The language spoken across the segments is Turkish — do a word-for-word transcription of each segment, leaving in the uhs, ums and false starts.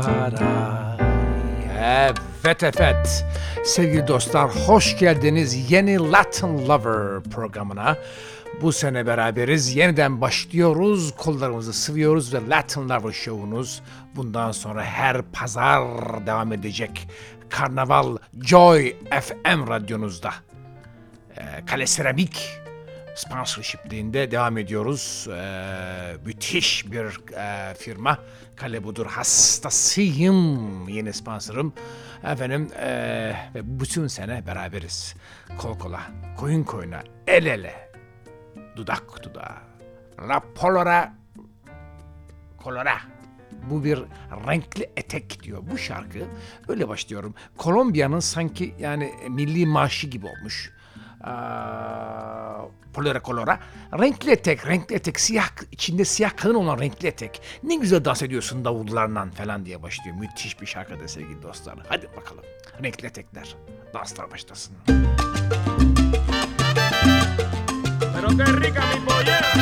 para. Evet evet. Sevgili dostlar, hoş geldiniz yeni Latin Lover programına. Bu sene beraberiz. Yeniden başlıyoruz. Kollarımızı sıvıyoruz ve Latin Lover Show'unuz bundan sonra her pazar devam edecek. Karnaval Joy F M radyonuzda. Ee, Kale Seramik sponsorship'liğinde devam ediyoruz. Ee, müthiş bir e, firma. Kale budur. Hastasıyım. Yeni sponsorum. Efendim e, ve bütün sene beraberiz. Kol kola, koyun koyuna, el ele, dudak dudağa. La polora, kolora. Bu bir renkli etek diyor bu şarkı. Öyle başlıyorum. Kolombiya'nın sanki yani milli marşı gibi olmuş. Aa, polora kolora. Renkli etek, renkli etek, siyah, içinde siyah kalın olan renkli etek. Ne güzel dans ediyorsun davullarla falan diye başlıyor. Müthiş bir şarkı da sevgili dostlar. Hadi bakalım. Renkli etekler. Danslar başlasın. Pero qué rica mi pollera.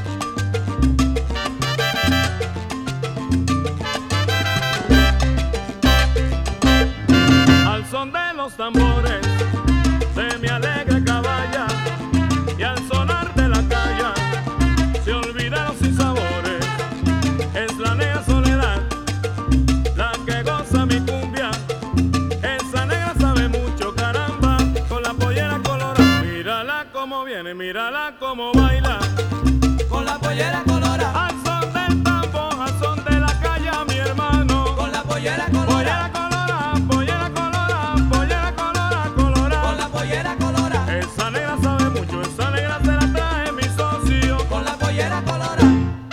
Al son de los tambores se me alegra caballa y al sonar de la calle se olvidan los sinsabores. Es la negra soledad la que goza mi cumbia. Esa negra sabe mucho, caramba, con la pollera colorada. Mírala como viene, mírala como baila. Con la pollera colorada. Al son del tambor, al son de la calle, mi hermano. Con la pollera colorada. Pollera colorada, pollera colorada, pollera colorada, colorada. Con la pollera colorada. Esa negra sabe mucho, esa negra se la trae mi socio. Con la pollera colorada.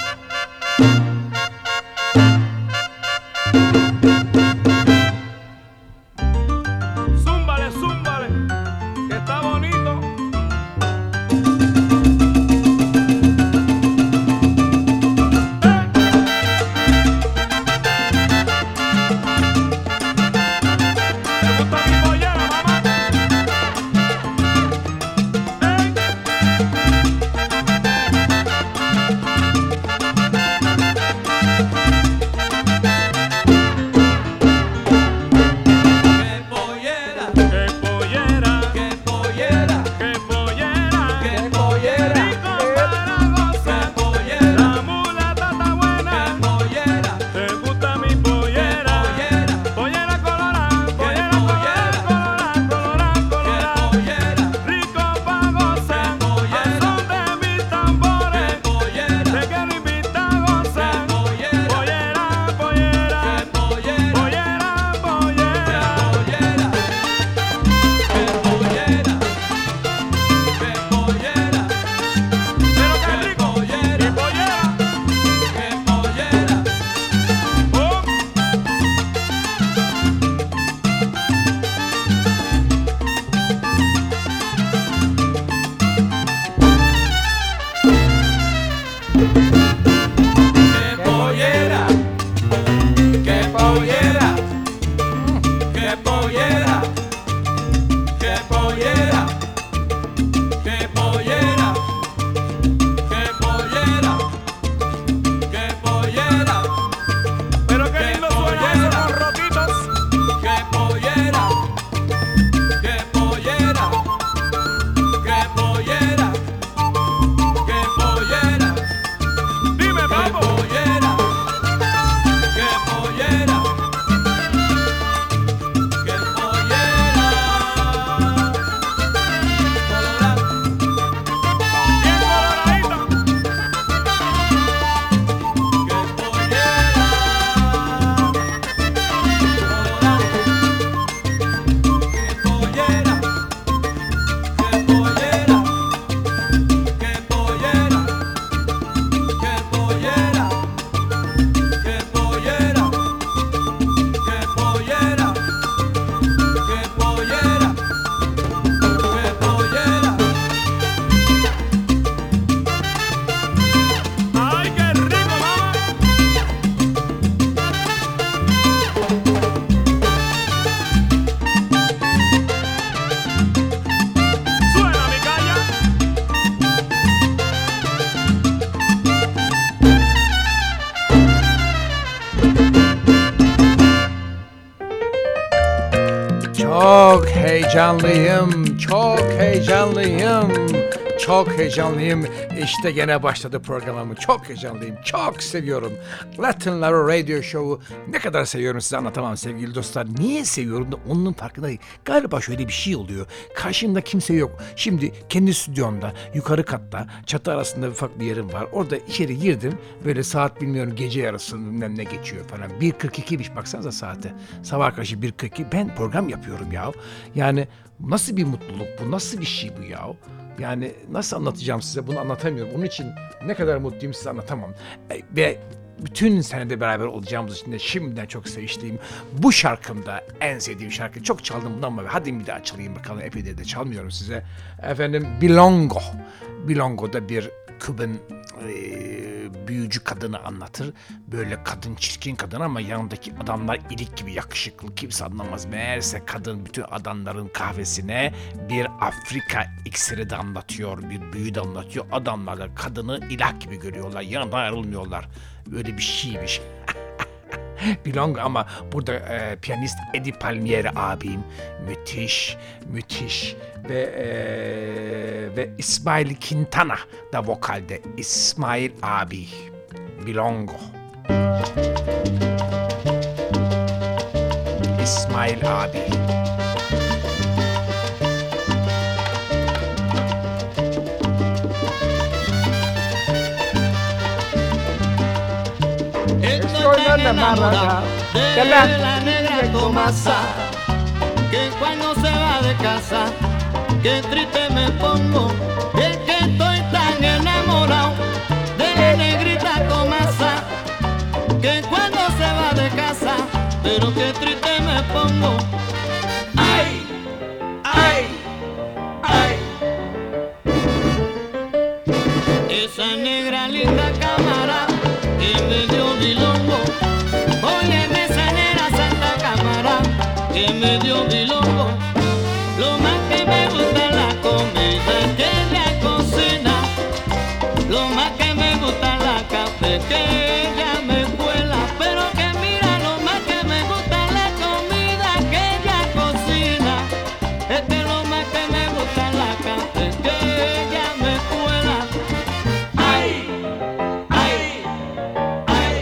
Zúmbale, zúmbale, que está bonito. Çok heyecanlıyım, çok heyecanlıyım, çok heyecanlıyım. İşte gene başladı programımı. Çok heyecanlıyım, çok seviyorum. Latin Lover Radio Show'u ne kadar seviyorum size anlatamam sevgili dostlar. Niye seviyorum da onun farkındayım. Galiba şöyle bir şey oluyor. Karşımda kimse yok. Şimdi kendi stüdyomda, yukarı katta, çatı arasında ufak bir yerim var. Orada içeri girdim. Böyle saat bilmiyorum gece yarısı bilmem ne geçiyor falan. bir kırk ikiymiş baksanıza saate. Sabah karşı bir kırk iki. Ben program yapıyorum ya. Yani nasıl bir mutluluk bu? Nasıl bir şey bu ya? Yani nasıl anlatacağım size, bunu anlatamıyorum. Onun için ne kadar mutluyum size anlatamam. E, Ve bütün senede beraber olacağımız için de şimdiden çok sevinçliyim. Bu şarkımda en sevdiğim şarkı. Çok çaldım bundan ama hadi bir daha çalayım bakalım. Epeydir de çalmıyorum size. Efendim Bilongo. Bilongo'da bir Küban e, büyücü kadını anlatır. Böyle kadın, çirkin kadın ama yanındaki adamlar ilik gibi yakışıklı, kimse anlamaz. Meğerse kadın bütün adamların kahvesine bir Afrika iksiri damlatıyor, bir büyü damlatıyor. Adamlar da kadını ilah gibi görüyorlar, yanından ayrılmıyorlar. Böyle bir şeymiş. Bilongo ama burada e, piyanist Eddie Palmieri abim müthiş, müthiş ve e, ve İsmail Quintana da vokalde. İsmail abi, Bilongo. İsmail abi. Estoy tan enamorado de la negra Tomasa, que cuando se va de casa, qué triste me pongo. Es que estoy tan enamorado de la negrita Tomasa, que cuando se va de casa, pero qué triste me pongo. Ay, ay, ay. Esa negra linda cámara que me dio bilongo. Óyeme esa negra santa cámara que me dio bilongo. Lo más que me gusta es la comida que ella cocina. Lo más que me gusta es la café que ella me cuela. Pero que mira, lo más que me gusta es la comida que ella cocina. Es que lo más que me gusta es la café que ella me cuela. Ay, ay, ay.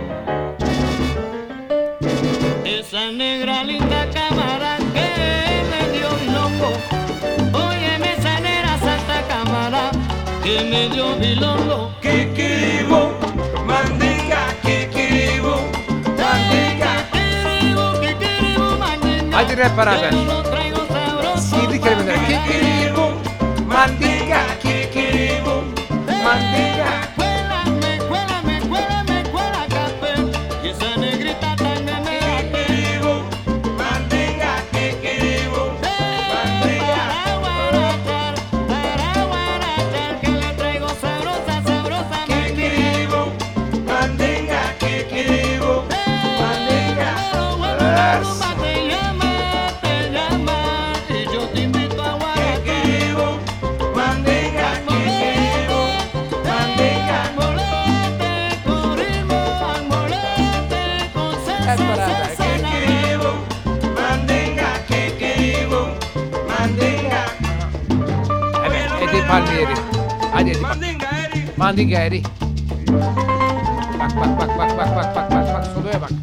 Esa negra linda cámara que me dio bilongo. Óyeme esa negra santa cámara que me dio bilongo. Kikiribu, mandinga, kikiribu, mandinga. Kikiribu, kikiribu, mandinga. Hadi rap beraber. Yo lo traigo sabroso. Sihirli kelimeler. Kikiribu, mandinga, kikiribu, mandinga. Cuélame, cuélame, cuélame, cuela café. Y esa negrita tan me mete. Kikiribu, mandinga, kikiribu, mandinga. Para guarachar, para guarachar, que le traigo sabrosa, sabrosa mandinga. Kikiribu, mandinga, kikiribu, mandinga. Rumba te llama, te llama, y yo te invito a guarachar. Kikiribu, mandinga, kikiribu, mandinga. Molete con ritmo, molete con salsa, Hep beraber. salsa. Kikiribu, mandinga, kikiribu, mandinga. Evet, Eddie Palmieri. Hadi Eddie. Mandinga, Eri. Mandinga Eri. Bak bak bak bak bak bak bak bak bak soloya bak.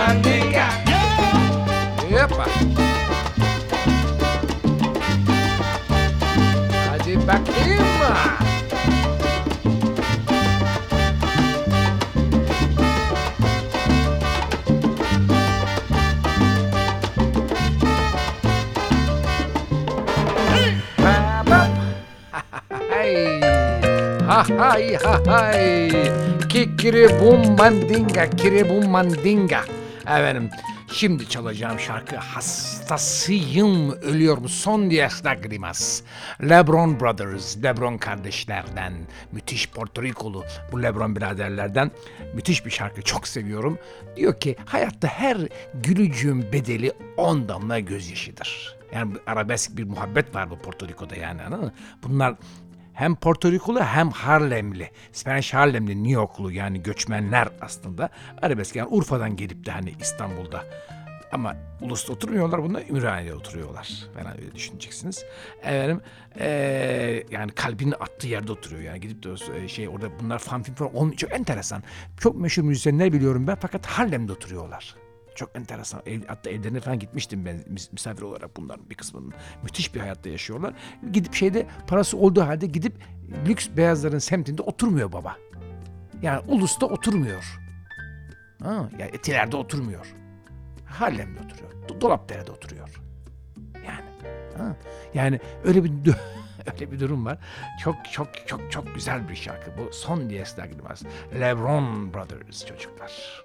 Mandinga. Hoppa. Hadi bakayım. Hay. Ha hay ha hay. Kikiri bum mandinga, kiri bum mandinga. Efendim, şimdi çalacağım şarkı hastasıyım, ölüyorum. Son dias lagrimas. LeBron Brothers, LeBron kardeşlerden, müthiş Porto Rikolu bu LeBron biraderlerden müthiş bir şarkı, çok seviyorum. Diyor ki hayatta her gülücüğün bedeli on damla gözyaşıdır. Yani arabesk bir muhabbet var bu Porto Riko'da yani, anladın mı? Bunlar hem Porto Rikolu hem Harlemli. Spanish Harlemli, New Yorklu, yani göçmenler aslında. Arabesk, yani Urfa'dan gelip de hani İstanbul'da. Ama Ulus'ta oturmuyorlar, bunlar Ümraniye'de oturuyorlar. Ben öyle düşüneceksiniz. Efendim, ee, yani kalbinin attığı yerde oturuyor. Yani gidip de şey orada bunlar fan film falan olmuyor. Çok enteresan. Çok meşhur müzisyenler biliyorum ben, fakat Harlem'de oturuyorlar. Çok enteresan. Ev, hatta evlerine falan gitmiştim ben misafir olarak, bunların bir kısmının. Müthiş bir hayatta yaşıyorlar. Gidip şeyde parası olduğu halde gidip lüks beyazların semtinde oturmuyor baba. Yani Ulus'ta oturmuyor. Ha, yani Etiler'de oturmuyor. Harlem'de oturuyor. Do- Dolapdere'de oturuyor. Yani. Ha, yani öyle bir öyle bir durum var. Çok çok çok çok güzel bir şarkı bu. Son dias lagrimas. LeBron Brothers çocuklar.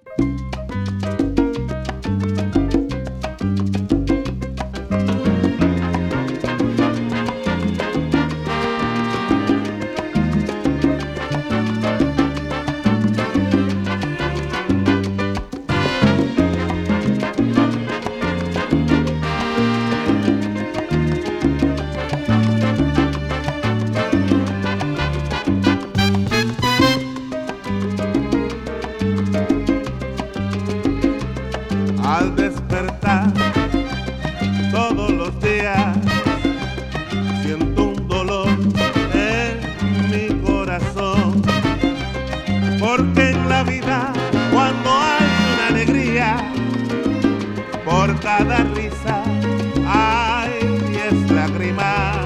Al despertar todos los días siento un dolor en mi corazón, porque en la vida cuando hay una alegría, por cada risa hay diez lágrimas.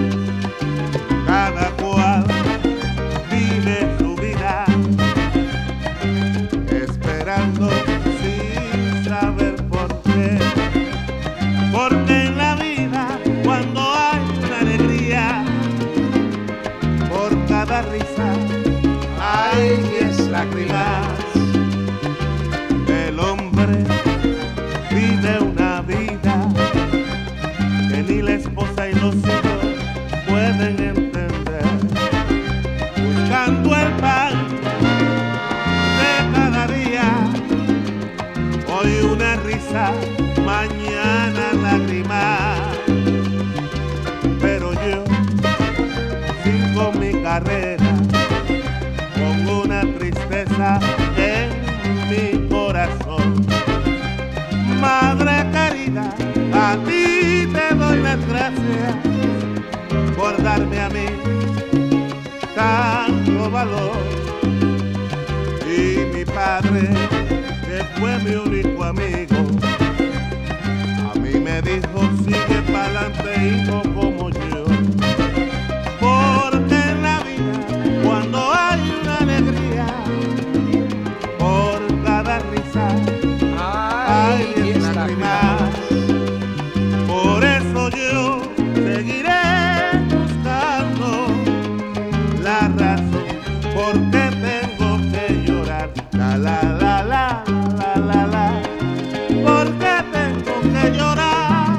Cada cual vive su vida esperando saber por qué, porque en la vida cuando hay una alegría, por cada risa hay diez lágrimas. El hombre vive una vida que ni la esposa y los hijos pueden entender, buscando el pan de cada día. Hoy una risa, mañana lágrimas, pero yo sigo mi carrera con una tristeza en mi corazón. Madre querida, a ti te doy las gracias por darme a mí tanto valor. Y mi padre, que fue mi único amigo, a mí me dijo sigue pa'lante hijo como yo, porque en la vida cuando hay una alegría, por cada risa hay diez lágrimas. Por eso yo seguiré buscando la razón, porque tengo que llorar, la la la la. La, la, porque tengo que llorar.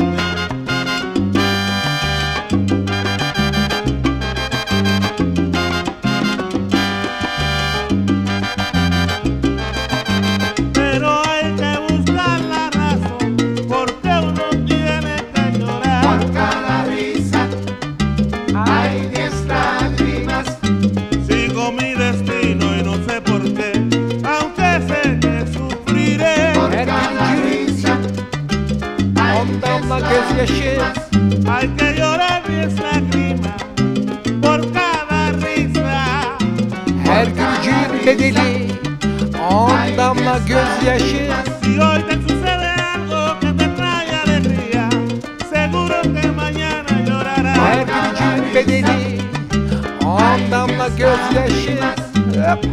Pero hay que buscar la razón, porque uno tiene que llorar. Por cada risa hay diez lágrimas. Sigo mi destino y no sé por qué, aunque sé que sufriré. Por cada risa hay diez lágrimas. Hay que llorar diez lágrimas por cada risa. Her gülcüğün bedeli on damla göz gözyaşı. Si hoy te sucede algo que te trae alegría, seguro que mañana llorarás. Her gücün bedeli on damla gözyaşı. Hop.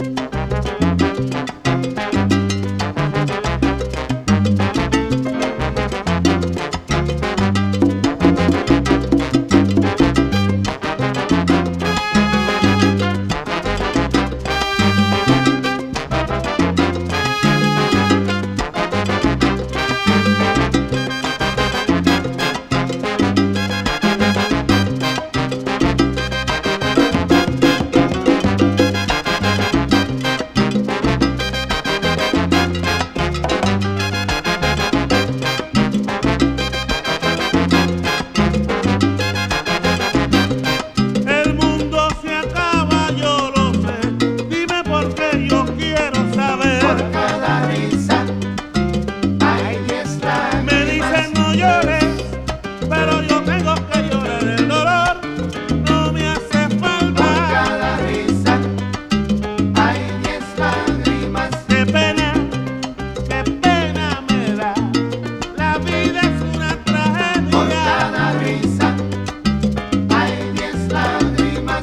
El mundo se acaba, yo lo sé. Dime por qué, yo quiero saber. Por cada risa hay diez lágrimas. Me dicen no llores, pero yo tengo que llorar. El dolor no me hace Por falta. cada risa hay diez lágrimas. Qué pena, qué pena me da. La vida es una Por tragedia. cada risa hay diez lágrimas.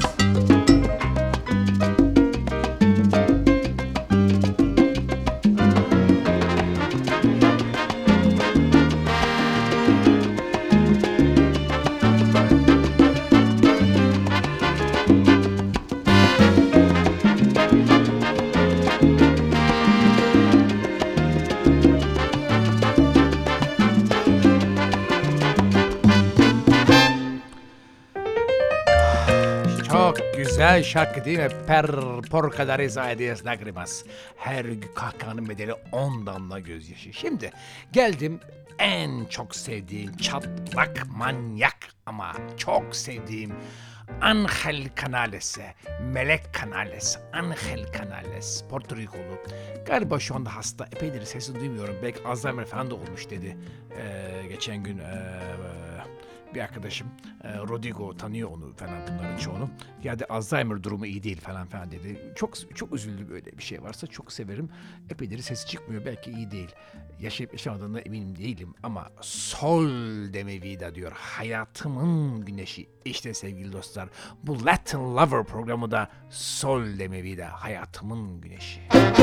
Çok güzel şarkı değil mi? Per por kadar izadies lagrimas. Her kahkahanın bedeli on damla gözyaşı. Şimdi geldim en çok sevdiğim çatlak manyak ama çok sevdiğim Angel Canales'e, Melek Canales, Angel Canales, Porto Rikolu. Galiba şu anda hasta, epeydir sesini duymuyorum. Belki Alzheimer falan da olmuş dedi. Ee, geçen gün ee, bir arkadaşım e, Rodrigo tanıyor onu falan bunların çoğunu. Ya da Alzheimer durumu iyi değil falan falan dedi. Çok çok üzüldü, böyle bir şey varsa çok severim. Epeydir sesi çıkmıyor, belki iyi değil. Yaşayıp yaşamadığına eminim değilim ama Sol de mi vida diyor. Hayatımın güneşi. İşte sevgili dostlar, bu Latin Lover programı da Sol de mi vida, hayatımın güneşi.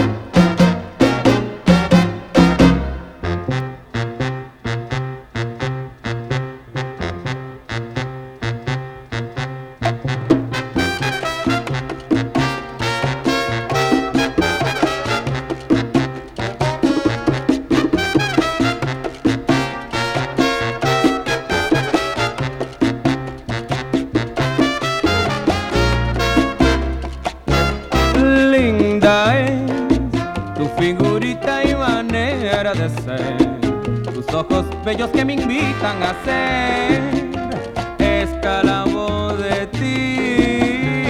Linda es tu figurita y manera de ser, tus ojos bellos que me invitan a ser esclavo de ti.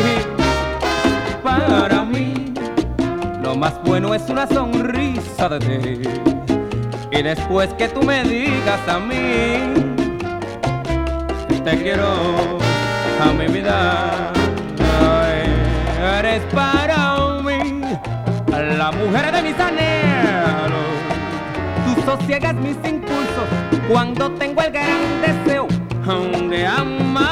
Para mí lo más bueno es una sonrisa de ti, y después que tú me digas a mí te quiero a mi vida. Ay, eres para mí la mujer de mis anhelos. Tú sosiegas mis impulsos cuando tengo el gran deseo de amar.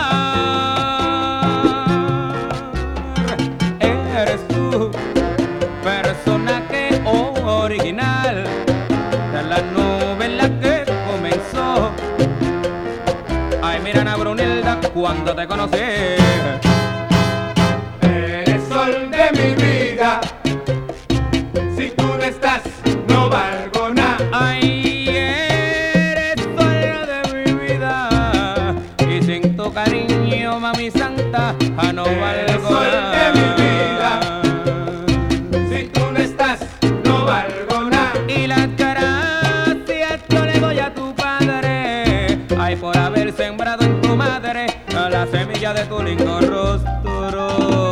Eres tú, personaje original de la novela que comenzó. Ay, mira, Ana Brunilda, cuando te conocí. Eres sol de mi vida. Si tú no estás, no valgo nada. Ay, eres sol de mi vida, y sin tu cariño, mami santa, ah, no Eres valgo sol de mi vida. nada. Si tú no estás, no valgo nada. Y las gracias yo le doy a tu padre, ay, por haber sembrado en tu madre la semilla de tu lindo rostro.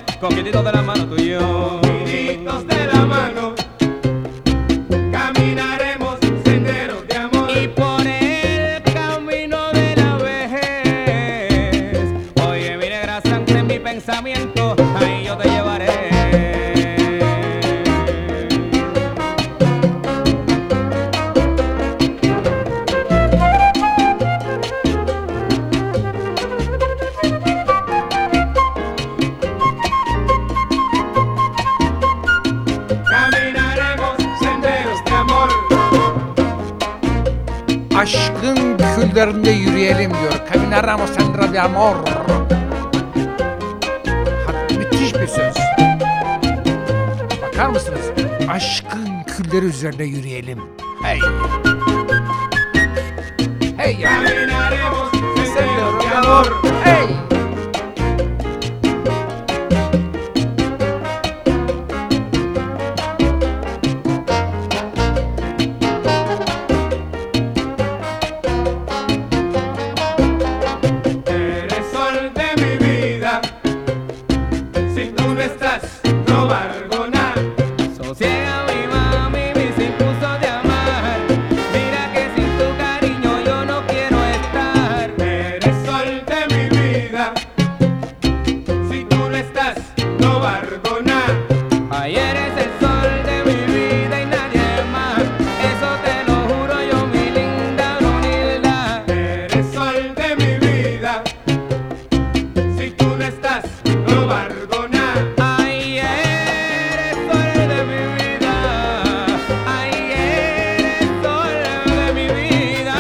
cogiditos de la mano tú y yo. Uniditos de la mano, caminaremos senderos de amor. Y por el camino de la vejez, oye mi negra sangre en mi pensamiento, ahí yo te llevaré. Caminaremos senderos de amor. Aşkın küllerinde yürüyelim diyor. Caminaremos senderos de amor. Ha, müthiş bir söz. Bakar mısınız? Aşkın külleri üzerine yürüyelim. Hey. Hey ya. Caminaremos senderos de amor. Hey. Eres sol de mi vida. Si tú no estás, no valgo nada. Sosiega mi mami, mis impulsos de amar. Mira que sin tu cariño yo no quiero estar. Eres sol de mi vida. Si tú no estás, no valgo nada. Ay, eres el sol de mi vida y nadie más. Eso te lo juro yo, mi linda Brunilda. Eres sol de mi vida. Si tú no estás, no valgo nada. Ay, eres sol de mi vida. Ay, eres sol de mi vida.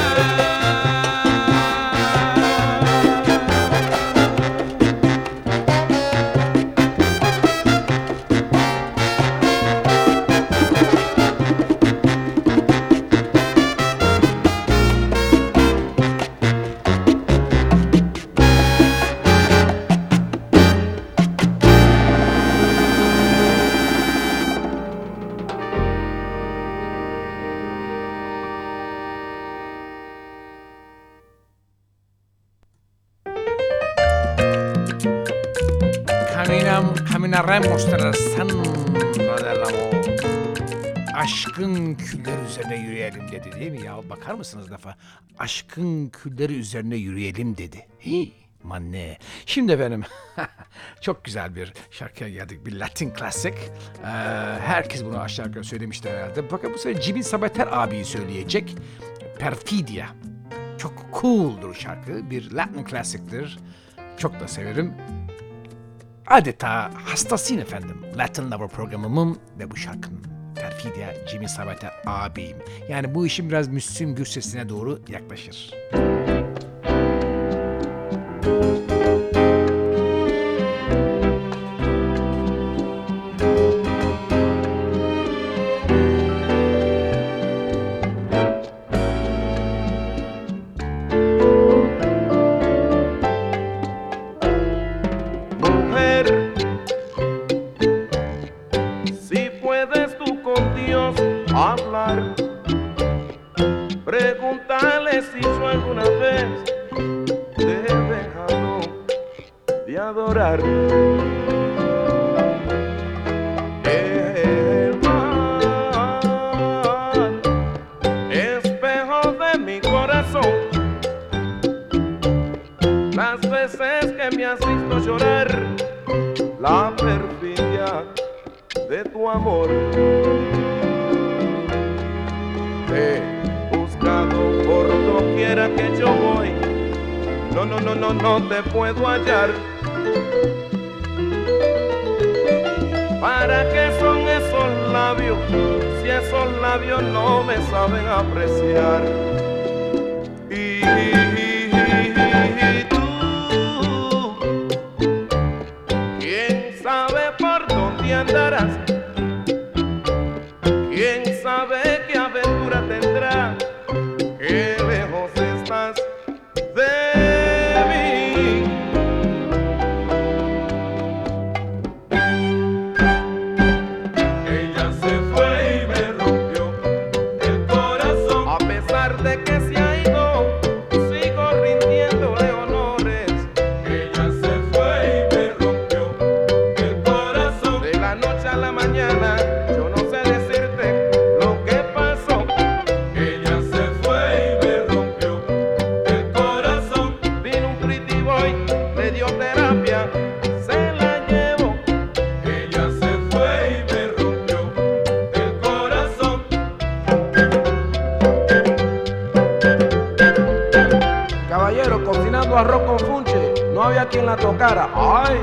Caminam, caminaremos trazando del amor. Aşkın külleri üzerine yürüyelim dedi değil mi ya? Bakar mısınız lafa? Aşkın külleri üzerine yürüyelim dedi. Hii, manne. Şimdi efendim çok güzel bir şarkıya geldik. Bir Latin klasik. Ee, herkes bunu aşağı yukarı söylemişti herhalde. Bakın bu sefer Jimmy Sabater abiyi söyleyecek. Perfidia. Çok cool'dur şarkı. Bir Latin klasiktir. Çok da severim. Adeta hastasıyım efendim. Latin Lover programımın ve bu şarkının. Perfidia Jimmy Sabater abim. Yani bu işin biraz Müslüm Gürses'ine doğru yaklaşır. Mujer, si puedes tú con Dios hablar, pregúntale si yo alguna vez te he dejado de adorar. El mar, espejo de mi corazón, las veces que me has visto llorar, la perfidia de tu amor. Te he buscado por doquiera que yo voy, no, no, no, no, no te puedo hallar. ¿Para qué son esos labios si esos labios no me saben apreciar? Y, y tú, ¿quién sabe por dónde andarás? ¿Quién sabe qué aventura tendrás? Qué lejos estás de mí. Ella se fue y me rompió el corazón. A pesar de que se ha ido, sigo rindiéndole honores. Ella se fue y me rompió el Don Funche, no había quien la tocara. ¡Ay!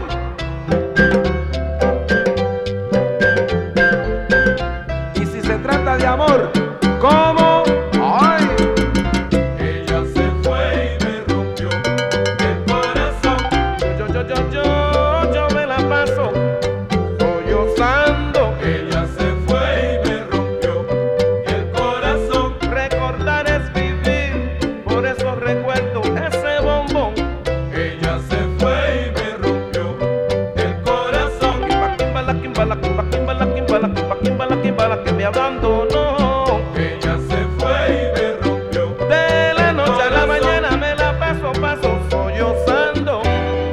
Y si se trata de amor, ¿cómo? ¡Ay! Ella se fue y me rompió el corazón. Yo, yo, yo, yo, yo me la paso sollozando. Ella se fue y me rompió el corazón. Recordar es vivir, por eso recuerdo ese bombón. Ella se fue y me rompió el corazón. Kimba, kimbala, kimbala, kimba, kimbala, kimbala, kimba, kimbala, kimbala, que me abandonó. Ella se fue y me rompió. De la noche a la mañana me la paso, paso sollozando.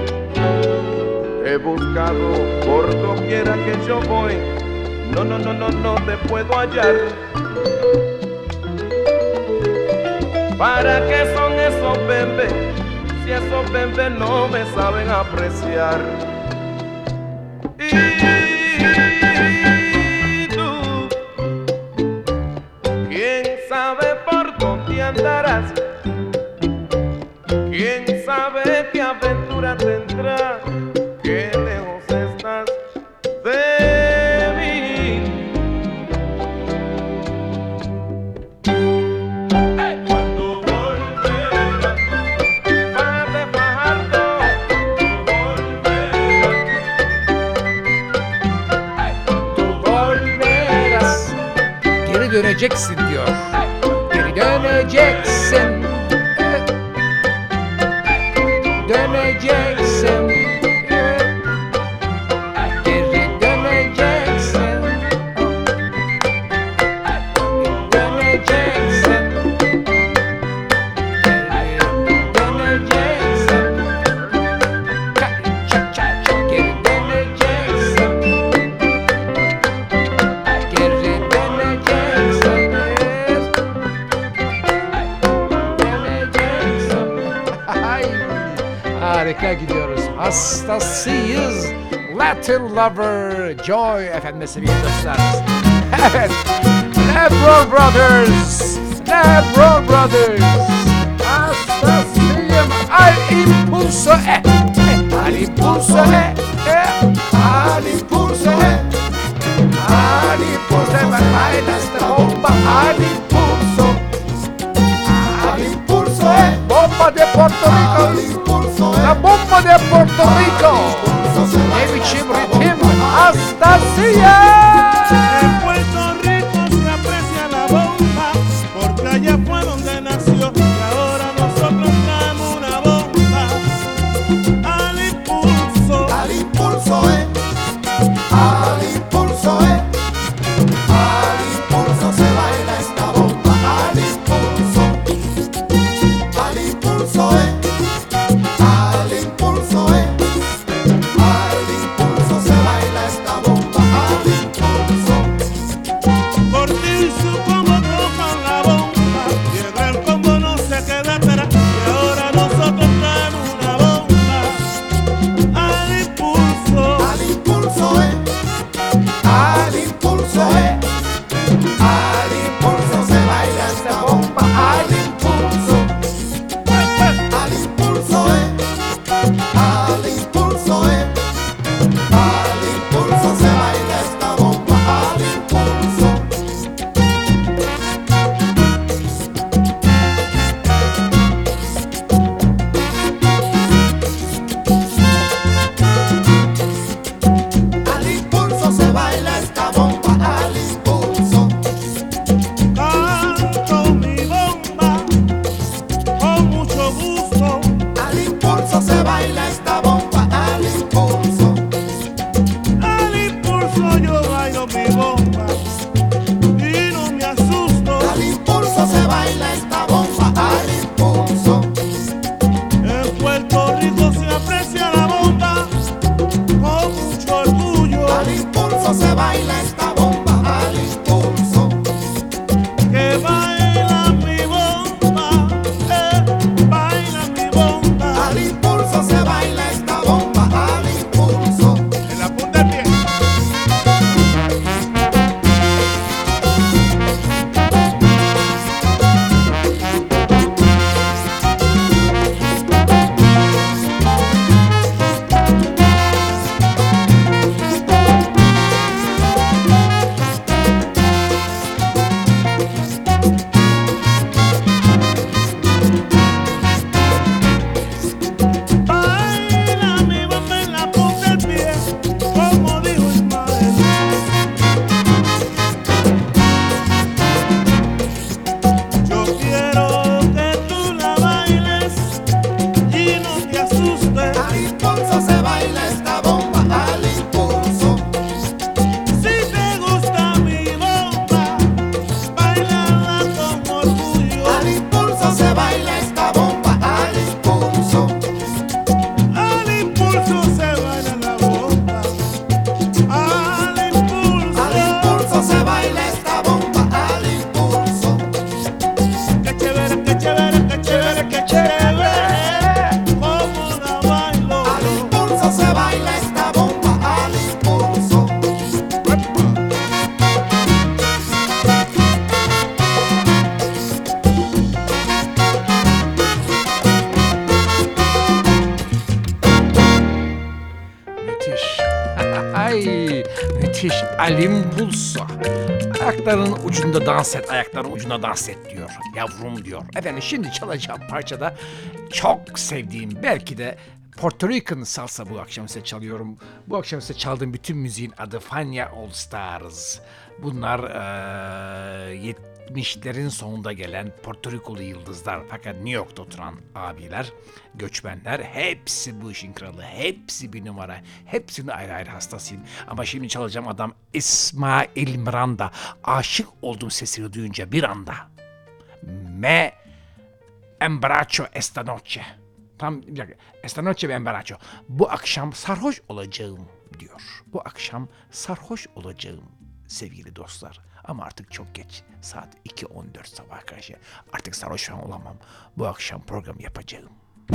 He buscado por doquiera que yo voy. No, no, no, no, no te puedo hallar. ¿Para qué son esos bembes? Si esos bembes no me saben apreciar. Y tú, ¿quién sabe por dónde andarás? ¿Quién sabe qué aventura tendrás? ¿Qué lejos estás de mí? Cuando volverás, Fájate, Fajardo. volverás. Volverás. Geri döneceksin diyor. Geri döneceksin. Döneceksin. Geri döneceksin. Döneceksin. Geri döneceksin. Çak çak çak çak geri döneceksin. Geri döneceksin. Döneceksin. Ay, harika gidiyoruz. Hastasıyız. Latin Lover Joy efendim sevgili dostlar. Evet. Lebron Brothers. Lebron Brothers. Hastasıyım. Al impulso e. Al impulso e. Al impulso e. Al impulso e. Baila esta bomba. Al impulso. Al impulso e. Bomba de Puerto Rico. La bomba de Puerto Rico. Ne biçim ritim. Hastasıyım. En Puerto Rico se aprecia la bomba, porque allá fue donde nació y ahora nosotros traemos una bomba al impulso. Al impulso, eh. Al impulso, eh. Al impulso se baila esta bomba. Al impulso. Al impulso, eh. Al impulso, eh. Al impulso se baila esta bomba. Al impulso. Por ti su combo tocan la bomba y el gran combo no se queda atrás y ahora nosotros traemos una bomba al impulso. Al Ay müthiş. Alim Pulso. Ayaklarının ucunda dans et, ayaklarının ucunda dans et diyor. Yavrum diyor. Efendim şimdi çalacağım parçada çok sevdiğim, belki de Puerto Rican salsa bu akşam size çalıyorum. Bu akşam size çaldığım bütün müziğin adı Fania All Stars. Bunlar ee, yetmişlerin sonunda gelen Porto Rikolu yıldızlar. Fakat New York'ta oturan abiler, göçmenler, hepsi bu işin kralı. Hepsi bir numara. Hepsinin ayrı ayrı hastasıyım. Ama şimdi çalacağım adam İsmail Miranda. Aşık oldum sesini duyunca bir anda. Me embracho esta noche. Tam bir dakika. Esta noche me embracho. Bu akşam sarhoş olacağım diyor. Bu akşam sarhoş olacağım sevgili dostlar. Ama artık çok geç. Saat iki on dört sabah karşı. Artık sarhoş falan olamam. Bu akşam program yapacağım.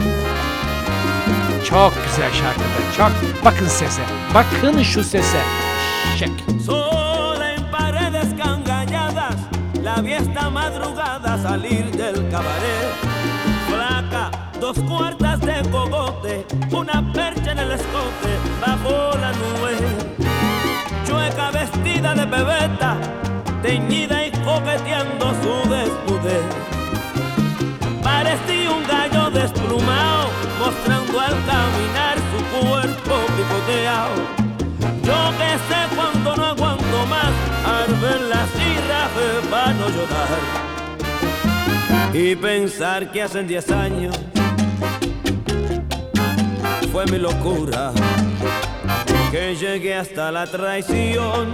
Çok güzel şarkıdır. Çok. Bakın sese. Bakın şu sese. Şek. Sola en paredes cangalladas, la vi esta madrugada salir del cabaret. Flaca, dos cuartas de cogote, una percha en el escote, bajo la nube. Chueca vestida de pebeta, teñida y coqueteando su desnudez. Parecía un gallo desplumado, mostrando al caminar su cuerpo picoteado. Yo que sé cuando no aguanto más, arden las irras para no llorar. Y pensar que hace diez años fue mi locura, que llegué hasta la traición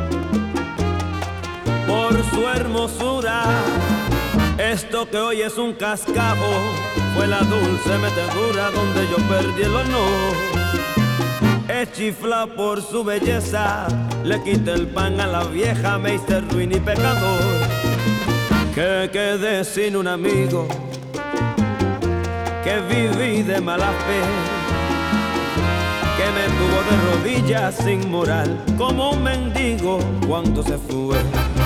por su hermosura. Esto que hoy es un cascajo fue la dulce metedura donde yo perdí el honor. Es chifla por su belleza, le quité el pan a la vieja, me hice ruin y pecador. Que quedé sin un amigo, que viví de mala fe, que me tuvo de rodillas sin moral, como un mendigo cuando se fue.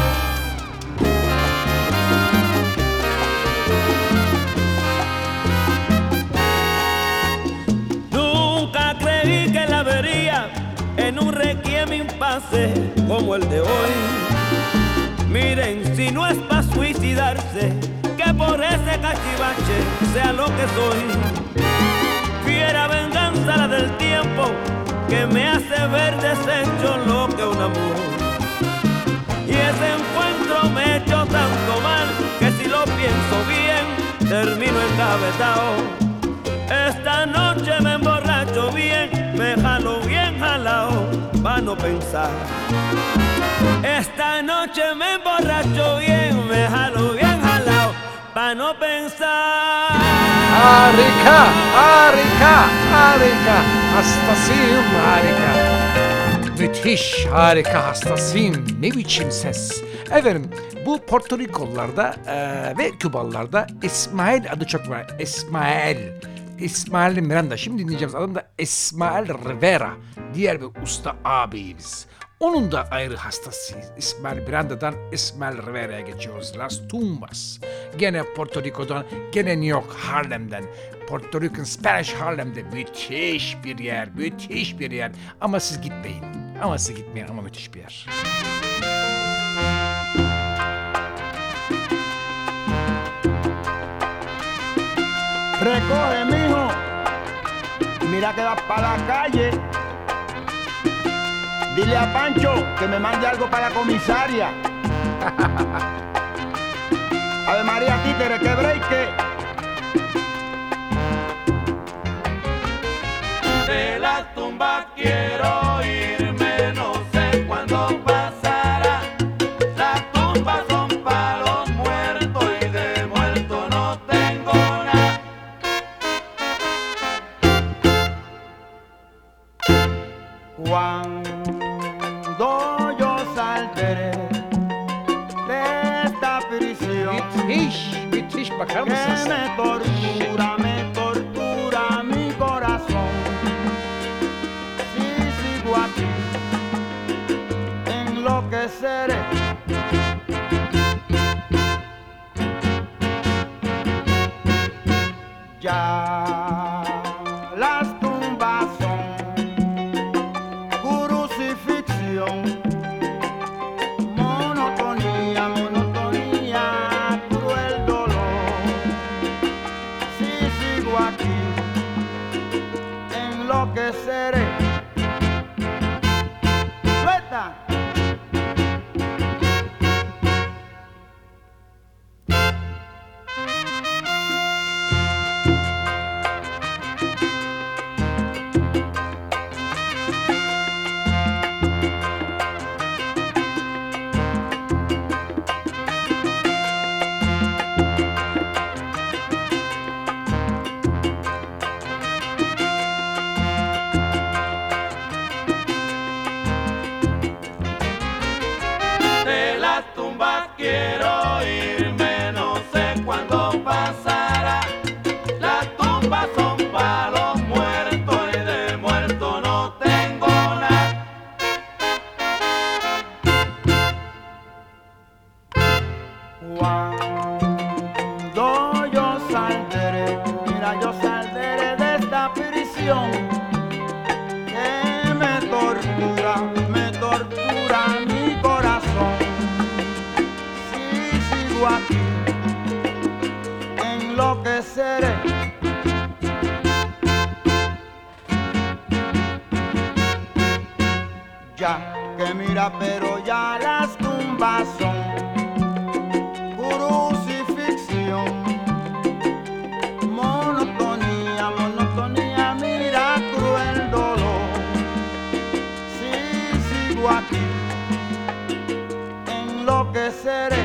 Nunca creí que la vería en un requiem impasse como el de hoy. Miren, si no es para suicidarse, que por ese cachivache sea lo que soy. Fiera venganza la del tiempo, que me hace ver deshecho lo que un amor. Y ese encuentro me ha hecho tanto mal, que si lo pienso bien, termino encabezado. Esta noche me emborracho bien, me jalo bien jalao, pa' no pensar. Esta noche me emborracho bien, me jalo bien jalao, pa' no pensar. Harika, harika, harika. Hastasıyım, harika. Müthiş, harika, hastasıyım. Ne biçim ses. Efendim, bu Porto Rikolularda e, ve Kübalılarda İsmail adı çok var. İsmail. İsmail Miranda. Şimdi dinleyeceğimiz adam da İsmail Rivera. Diğer bir usta ağabeyimiz. Onun da ayrı hastasıyız. İsmail Miranda'dan İsmail Rivera'ya geçiyoruz. Las Tumbas. Gene Porto Rico'dan, gene New York, Harlem'den. Puerto Rican Spanish Harlem'de müthiş bir yer, müthiş bir yer. Ama siz gitmeyin. Ama siz gitmeyin ama müthiş bir yer. Recoge, mijo. Mira que vas para la calle. Dile a Pancho que me mande algo para la comisaria. Ave María, títere, que breque. De la tumba quiero irme, no sé cuándo pasará. Las tumbas son para los muertos y de muerto no tengo nada. Cuando yo saldré de esta prisión, Müthiş, müthiş bakar que mısınız? me tortura, me tortura mi corazón. Si sigo aquí, enloqueceré. Ya las tumbas son crucifixos ficción. Monotonía, monotonía, cruel dolor. Si sigo aquí, enloqueceré. ¡Suelta! De las tumbas quiero irme, no sé cuándo pasará. Las tumbas son para los muertos y de muerto no tengo nada. Cuando yo saldré, mira, yo saldré de esta prisión que me tortura, me tortura mi corazón. Si sigo aquí, enloqueceré. Ya que mira, pero ya las tumbas son crucifixión. Monotonía, monotonía, mira, cruel dolor. Si sigo aquí, enloqueceré.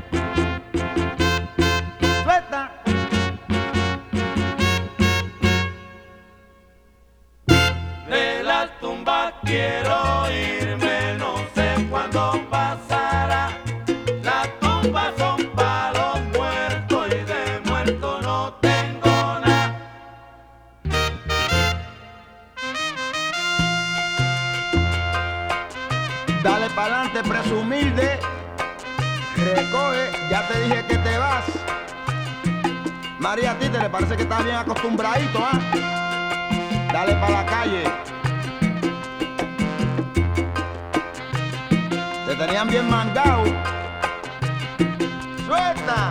Suelta. De las tumbas quiero irme, no sé cuándo pasará. Las tumbas son para los muertos y de muerto no tengo nada. Dale pa'lante, presumilde. Recoge, ya te dije que te vas. María, a ti te le parece que estás bien acostumbradito, ¿ah? Dale pa' la calle. Te tenían bien mangado. ¡Suelta!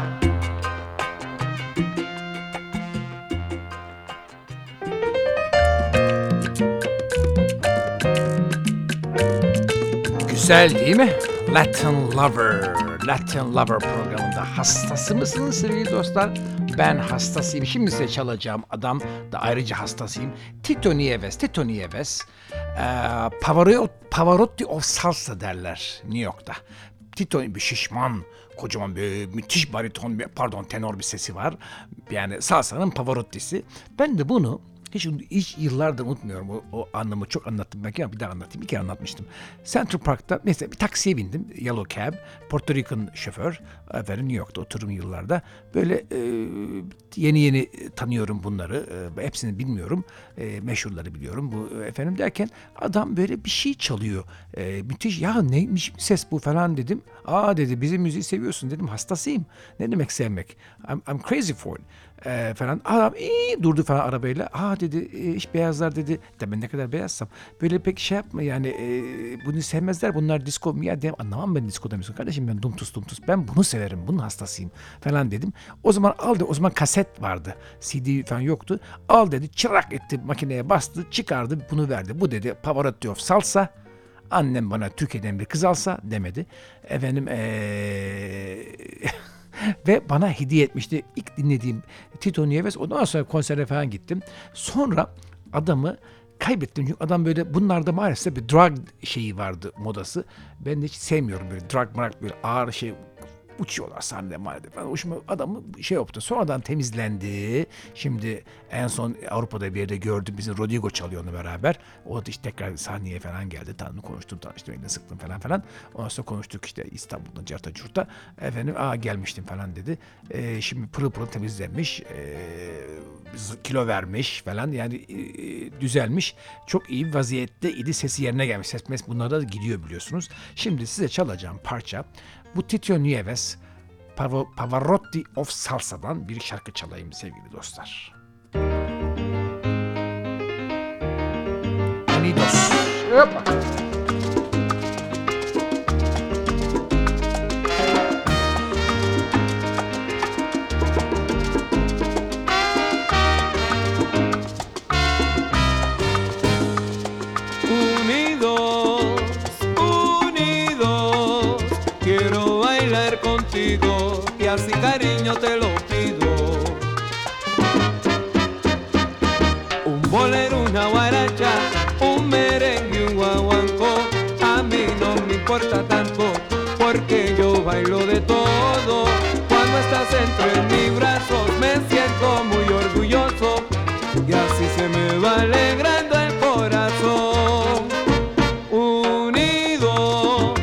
Güzel değil mi? Latin Lover, Latin Lover programında hastası mısınız sevgili dostlar? Ben hastasıyım. Şimdi size çalacağım adam da ayrıca hastasıyım. Tito Nieves, Tito Nieves. Ee, Pavarotti, Pavarotti of Salsa derler New York'ta. Tito bir şişman, kocaman bir müthiş bariton, bir, pardon tenor bir sesi var. Yani salsanın Pavarotti'si. Ben de bunu hiç, hiç yıllardır unutmuyorum. O, o anlamı çok anlattım belki ama bir daha anlatayım. Bir kere anlatmıştım. Central Park'ta mesela bir taksiye bindim. Yellow Cab. Puerto Rican şoför. Efendim New York'ta oturum yıllarda. Böyle e, yeni yeni tanıyorum bunları. E, hepsini bilmiyorum. E, meşhurları biliyorum. Bu efendim derken adam böyle bir şey çalıyor. E, müthiş. Ya neymiş ses bu falan dedim. Aa dedi bizim müziği seviyorsun dedim. Hastasıyım. Ne demek sevmek? I'm, I'm crazy for it. E, falan. Adam iyi durdu falan arabayla. Aa dedi iş beyazlar dedi. De ben ne kadar beyazsam. Böyle pek şey yapma yani e, bunu sevmezler. Bunlar disco mu ya? Dem, anlamam ben disco demiyorsun. Kardeşim ben dumtus dumtus. Ben bunu severim. Bunun hastasıyım falan dedim. O zaman al dedi. O zaman kaset vardı. C D falan yoktu. Al dedi. Çırak etti. Makineye bastı. Çıkardı. Bunu verdi. Bu dedi Pavarotti of Salsa. Annem bana Türkiye'den bir kız alsa demedi. Efendim eee... ve bana hediye etmişti. İlk dinlediğim Tito Nieves. Ondan sonra konsere falan gittim. Sonra adamı kaybettim. Çünkü adam böyle bunlarda maalesef bir drug şeyi vardı, modası. Ben de hiç sevmiyorum böyle drug marak böyle ağır şey uçuyorlar sahnede maalesef. Yani hoşuma adamı şey yaptı. Sonradan temizlendi. Şimdi en son Avrupa'da bir yerde gördüm. Bizim Rodrigo çalıyor onu beraber. O da işte tekrar sahneye falan geldi. Tanrı konuştum, tanıştım, elini sıktım falan falan. Ondan sonra konuştuk işte İstanbul'da, carta curta. Efendim aa gelmiştim falan dedi. Ee, şimdi pırıl pırıl temizlenmiş. Ee, kilo vermiş falan. Yani e, düzelmiş. Çok iyi bir vaziyette idi. Sesi yerine gelmiş. Ses mes bunlara da gidiyor biliyorsunuz. Şimdi size çalacağım parça. Bu Tito Nieves, Pav- Pavarotti of Salsa'dan bir şarkı çalayım sevgili dostlar. Unidos. Hoppa. contigo, y así cariño te lo pido. Un bolero, una guaracha, un merengue, un guaguancó, a mí no me importa tanto, porque yo bailo de todo. Cuando estás entre mis brazos me siento muy orgulloso, y así se me va alegrando el corazón. Unidos,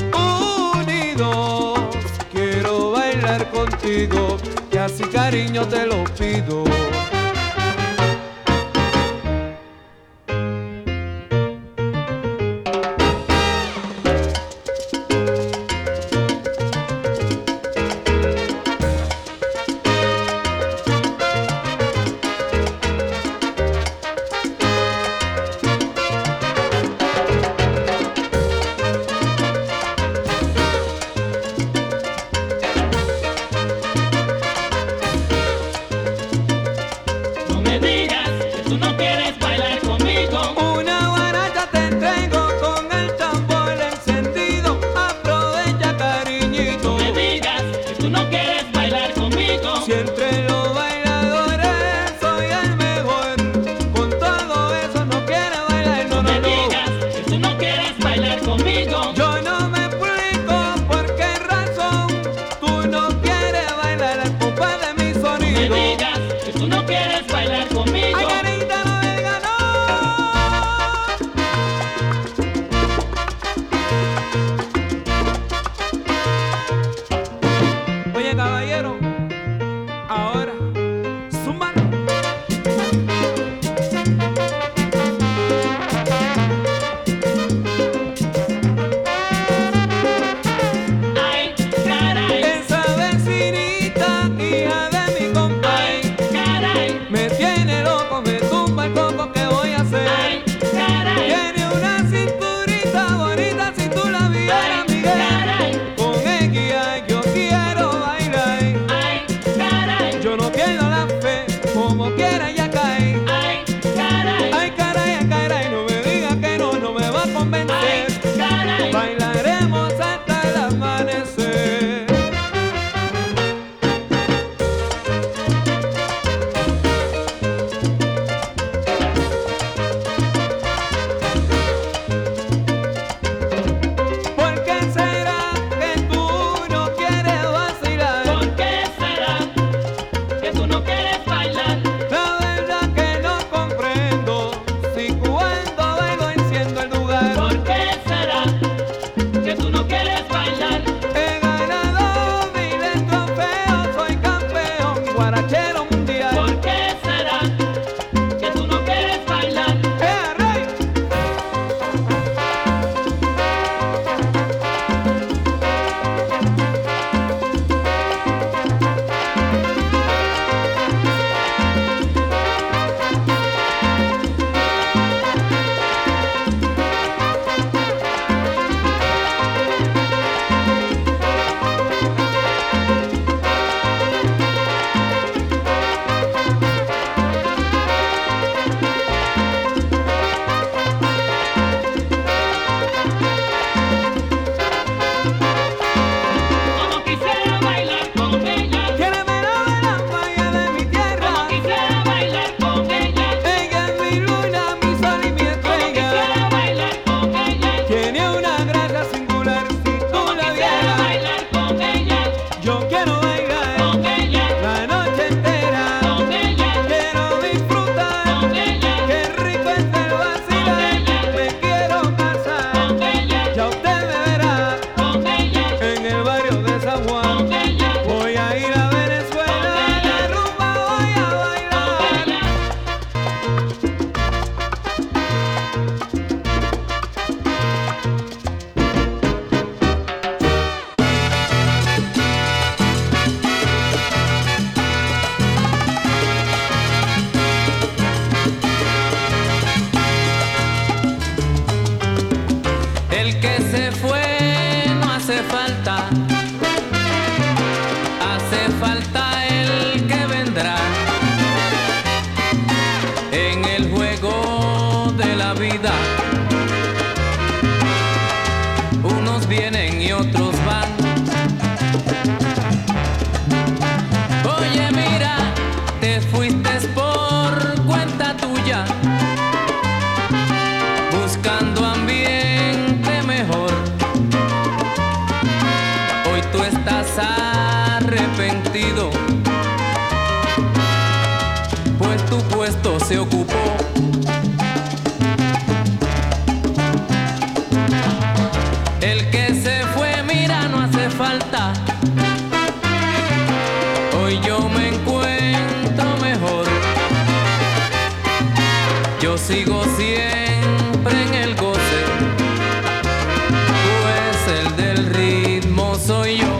unidos, quiero bailar contigo, y así cariño te lo pido. Unos vienen y otros van. se ocupó. El que se fue, mira, no hace falta. Hoy yo me encuentro mejor. Yo sigo siempre en el goce, pues el del ritmo soy yo.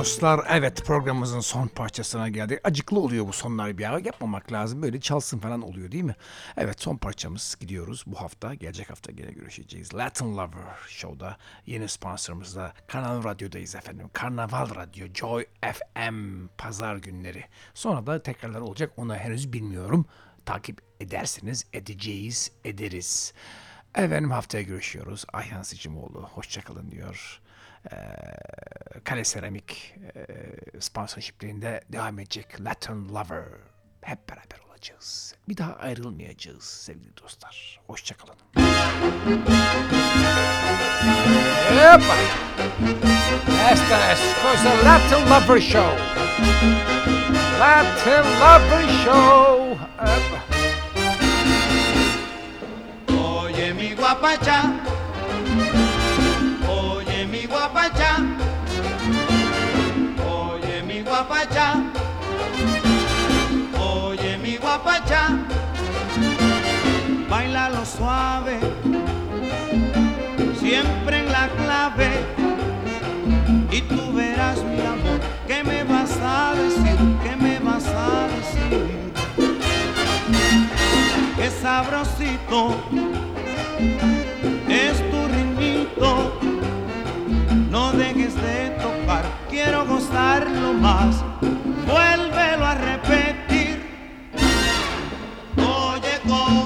dostlar, evet programımızın son parçasına geldik. Acıklı oluyor bu sonlar bir ara, yapmamak lazım. Böyle çalsın falan oluyor değil mi? Evet, son parçamız, gidiyoruz bu hafta. Gelecek hafta gene görüşeceğiz. Latin Lover Show'da yeni sponsorumuzla Kanal Radyo'dayız efendim. Karnaval Radyo, Joy F M pazar günleri. Sonra da tekrarlar olacak, onu henüz bilmiyorum. Takip ederseniz edeceğiz, ederiz. Efendim haftaya görüşüyoruz. Ayhan Sicimoğlu hoşçakalın diyor. Ee, Kale Seramik e, sponsorshiplerinde devam edecek Latin Lover. Hep beraber olacağız. Bir daha ayrılmayacağız sevgili dostlar. Hoşçakalın. Epa! Esta es cosa Latin Lover Show. Latin Lover Show. Epa! Oye mi guapacha, oye mi guapacha, oye mi guapacha, oye mi guapacha, bailalo suave, siempre en la clave, y tú verás mi amor, ¿qué me vas a decir? ¿Qué me vas a decir? Qué sabrosito es tu ritmito, no dejes de tocar, quiero gozarlo más, vuélvelo a repetir. Oye, como